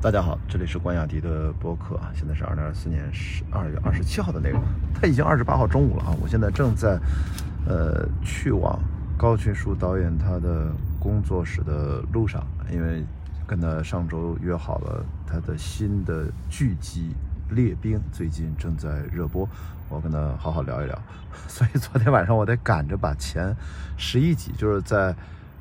大家好，这里是关雅迪的播客啊，现在是2024年12月27号的内容，它已经28号中午了啊，我现在正在去往高群书导演他的工作室的路上，因为跟他上周约好了他的新的剧集《列兵》最近正在热播，我跟他好好聊一聊，所以昨天晚上我得赶着把前11集，就是在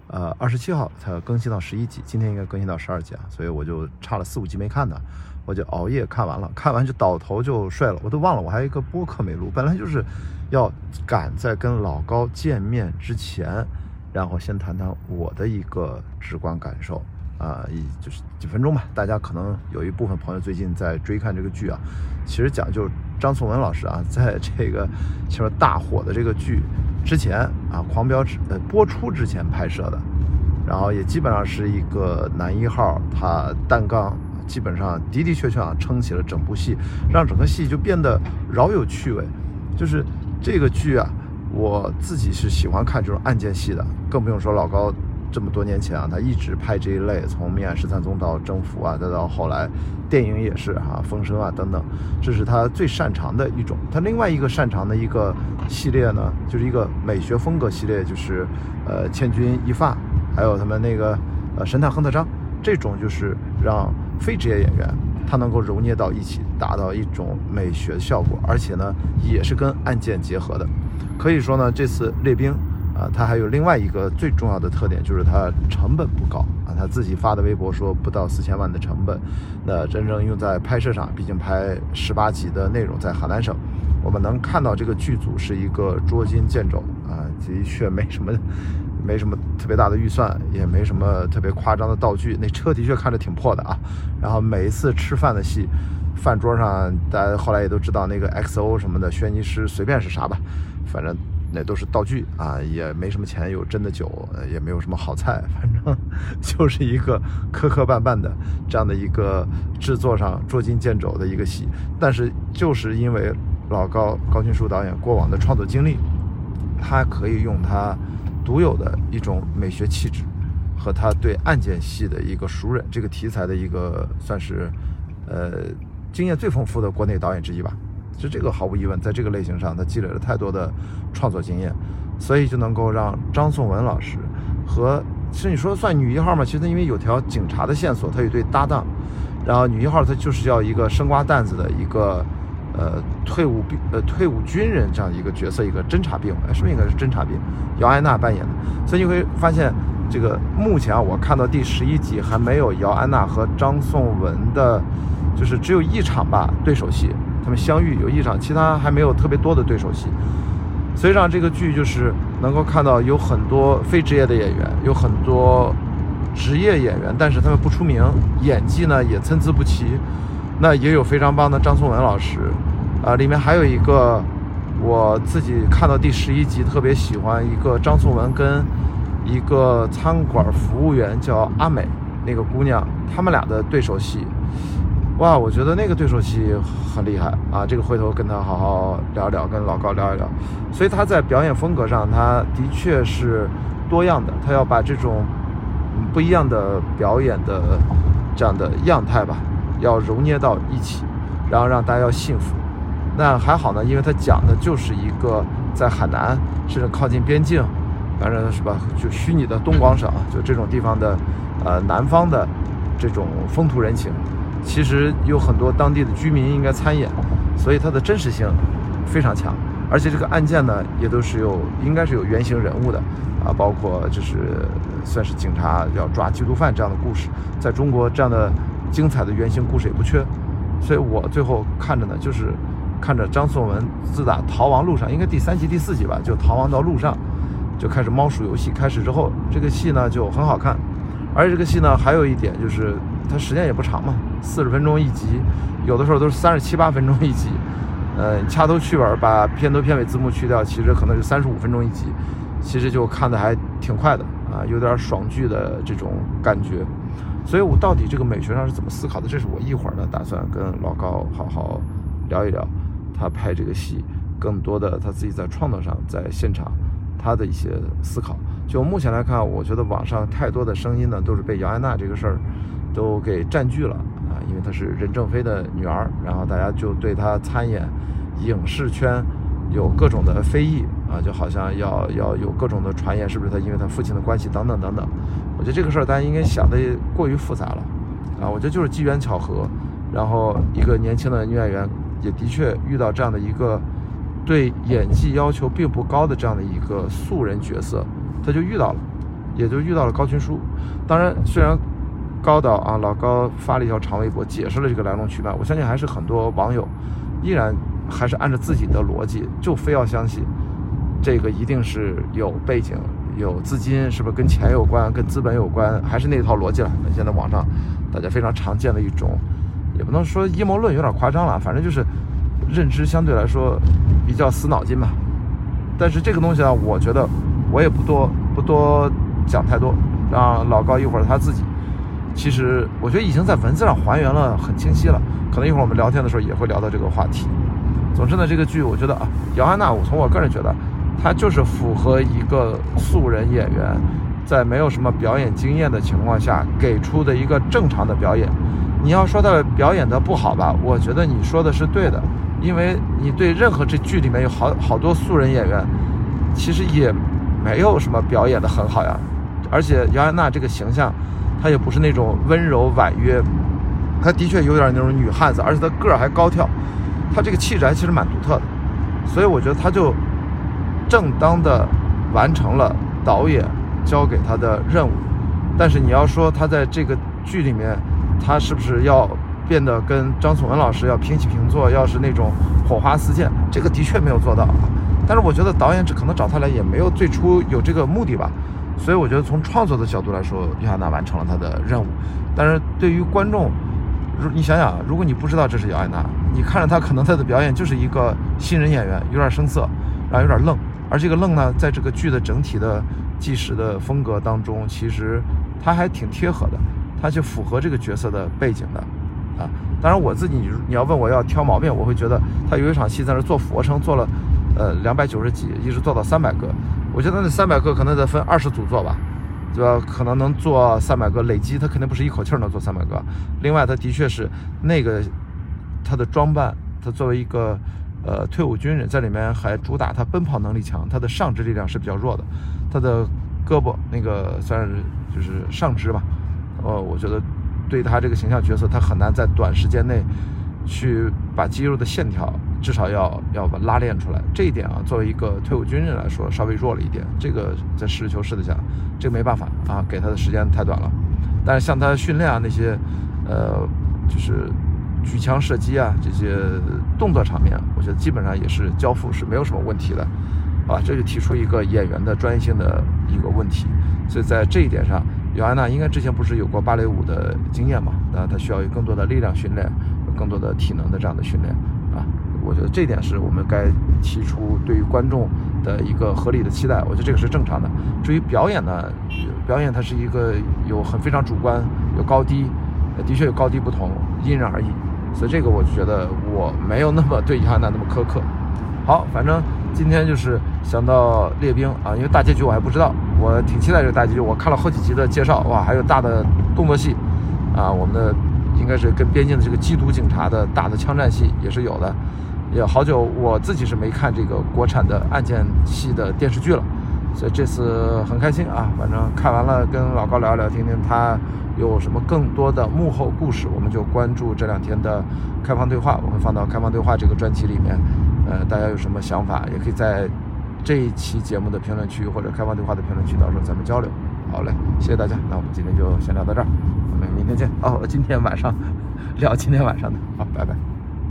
27号才更新到11集，今天应该更新到12集啊，所以我就差了4、5集没看的，我就熬夜看完了，看完就倒头就睡了，我都忘了我还有一个播客没录，本来就是要赶在跟老高见面之前，然后先谈谈我的一个直观感受啊，就是几分钟吧。大家可能有一部分朋友最近在追看这个剧啊，其实讲就是张颂文老师啊，在这个其实大火的这个剧之前啊，狂飙播出之前拍摄的，然后也基本上是一个男一号，他担纲基本上的确啊撑起了整部戏，让整个戏就变得饶有趣味。就是这个剧啊，我自己是喜欢看这种案件戏的，更不用说老高这么多年前啊，他一直拍这一类，从《命案13宗》到《征服》啊，再到后来电影也是啊，《风声》啊等等，这是他最擅长的一种。他另外一个擅长的一个系列呢，就是一个美学风格系列，就是千钧一发，还有他们那个神探亨特章，这种就是让非职业演员他能够揉捏到一起，达到一种美学的效果，而且呢也是跟案件结合的。可以说呢，这次列兵它还有另外一个最重要的特点，就是它成本不高啊。他自己发的微博说不到4000万的成本，那真正用在拍摄上，毕竟拍18集的内容在海南省，我们能看到这个剧组是一个捉襟见肘啊，的确没什么特别大的预算，也没什么特别夸张的道具，那车的确看着挺破的啊。然后每一次吃饭的戏，饭桌上大家后来也都知道那个 XO 什么的轩尼诗随便是啥吧，反正那都是道具啊，也没什么钱有真的酒，也没有什么好菜，反正就是一个磕磕绊绊的这样的一个制作上捉襟见肘的一个戏。但是就是因为高群书导演过往的创作经历，他可以用他独有的一种美学气质和他对案件戏的一个熟稔，这个题材的一个算是经验最丰富的国内导演之一吧。就这个毫无疑问，在这个类型上他积累了太多的创作经验，所以就能够让张颂文老师和其实你说算女一号嘛，其实因为有条警察的线索，他有对搭档，然后女一号他就是要一个生瓜蛋子的一个退伍军人这样的一个角色，一个侦察兵，是不是应该是侦察兵，姚安娜扮演的。所以你会发现这个目前我看到第11集还没有姚安娜和张颂文的，就是只有一场吧对手戏，他们相遇有一场，其他还没有特别多的对手戏，所以让这个剧就是能够看到有很多非职业的演员，有很多职业演员，但是他们不出名，演技呢也参差不齐。那也有非常棒的张颂文老师里面还有一个我自己看到第11集特别喜欢，一个张颂文跟一个餐馆服务员叫阿美那个姑娘，他们俩的对手戏，哇，我觉得那个对手戏很厉害啊！这个回头跟他好好聊一聊，跟老高聊一聊。所以他在表演风格上，他的确是多样的，他要把这种不一样的表演的这样的样态吧，要揉捏到一起，然后让大家要信服。那还好呢，因为他讲的就是一个在海南，甚至靠近边境，反正是吧，就虚拟的东广省，就这种地方的南方的这种风土人情。其实有很多当地的居民应该参演，所以它的真实性非常强，而且这个案件呢也都是应该是有原型人物的啊，包括就是算是警察要抓缉毒犯这样的故事，在中国这样的精彩的原型故事也不缺。所以我最后看着呢，就是看着张颂文自打逃亡路上，应该第3集第4集吧，就逃亡到路上就开始猫鼠游戏开始之后，这个戏呢就很好看。而且这个戏呢还有一点就是它时间也不长嘛，40分钟一集，有的时候都是37、8分钟一集，掐头去尾把片头片尾字幕去掉，其实可能是35分钟一集，其实就看的还挺快的啊，有点爽剧的这种感觉。所以我到底这个美学上是怎么思考的，这是我一会儿呢打算跟老高好好聊一聊，他拍这个戏更多的他自己在创作上，在现场他的一些思考。就目前来看，我觉得网上太多的声音呢，都是被姚安娜这个事儿都给占据了啊，因为她是任正非的女儿，然后大家就对她参演影视圈有各种的非议啊，就好像要有各种的传言，是不是她因为她父亲的关系等等等等。我觉得这个事儿大家应该想的过于复杂了啊，我觉得就是机缘巧合，然后一个年轻的女演员也的确遇到这样的一个对演技要求并不高的这样的一个素人角色，她就遇到了，也就遇到了高群书。当然，虽然高导啊老高发了一条长微博解释了这个来龙去脉，我相信还是很多网友依然还是按照自己的逻辑，就非要相信这个一定是有背景、有资金，是不是跟钱有关、跟资本有关，还是那套逻辑了。现在网上大家非常常见的一种，也不能说阴谋论，有点夸张了，反正就是认知相对来说比较死脑筋嘛。但是这个东西啊，我觉得我也不多讲太多，让老高一会儿他自己，其实我觉得已经在文字上还原了很清晰了，可能一会儿我们聊天的时候也会聊到这个话题。总之呢，这个剧我觉得啊，姚安娜，从我个人觉得，她就是符合一个素人演员在没有什么表演经验的情况下给出的一个正常的表演。你要说她表演的不好吧，我觉得你说的是对的，因为你对任何这剧里面有好多素人演员，其实也没有什么表演的很好呀。而且姚安娜这个形象，她也不是那种温柔婉约，她的确有点那种女汉子，而且她个儿还高挑，她这个气质还其实蛮独特的，所以我觉得她就正当的完成了导演交给她的任务。但是你要说她在这个剧里面，她是不是要变得跟张颂文老师要平起平坐，要是那种火花四溅，这个的确没有做到啊。但是我觉得导演可能找她来也没有最初有这个目的吧。所以我觉得从创作的角度来说，姚安娜完成了她的任务。但是对于观众，你想想，如果你不知道这是姚安娜，你看着她，可能她的表演就是一个新人演员，有点生涩，然后有点愣。而这个愣呢，在这个剧的整体的纪实的风格当中，其实它还挺贴合的，它就符合这个角色的背景的啊。当然我自己，你要问我要挑毛病，我会觉得他有一场戏在那做俯卧撑，做了290几，一直做到300个。我觉得那300个可能得分20组做吧，对吧？可能能做300个，累积他肯定不是一口气能做300个。另外，他的确是那个他的装扮，他作为一个退伍军人，在里面还主打他奔跑能力强，他的上肢力量是比较弱的，他的胳膊那个算是就是上肢吧，我觉得对他这个形象角色，他很难在短时间内去把肌肉的线条至少要把拉练出来。这一点啊，作为一个退伍军人来说，稍微弱了一点。这个在实事求是的讲，这个没办法啊，给他的时间太短了。但是像他训练啊那些，就是举枪射击啊这些动作场面，我觉得基本上也是交付是没有什么问题的，啊，这就提出一个演员的专业性的一个问题。所以在这一点上，姚安娜应该之前不是有过芭蕾舞的经验嘛？那她需要有更多的力量训练，有更多的体能的这样的训练啊。我觉得这点是我们该提出对于观众的一个合理的期待，我觉得这个是正常的。至于表演呢，表演它是一个非常主观，有高低，的确有高低不同，因人而异。所以这个我就觉得我没有那么对姚安娜那么苛刻。好，反正今天就是想到列兵啊，因为大结局我还不知道，我挺期待这个大结局。我看了好几集的介绍，哇，还有大的动作戏啊，我们的应该是跟边境的这个缉毒警察的大的枪战戏也是有的。也好久我自己是没看这个国产的案件戏的电视剧了，所以这次很开心啊。反正看完了跟老高聊一聊，听听他有什么更多的幕后故事，我们就关注这2天的开放对话，我会放到开放对话这个专辑里面。大家有什么想法，也可以在这一期节目的评论区或者开放对话的评论区，到时候咱们交流。好嘞，谢谢大家，那我们今天就先聊到这儿，我们明天见。今天晚上聊今天晚上的，好，拜拜。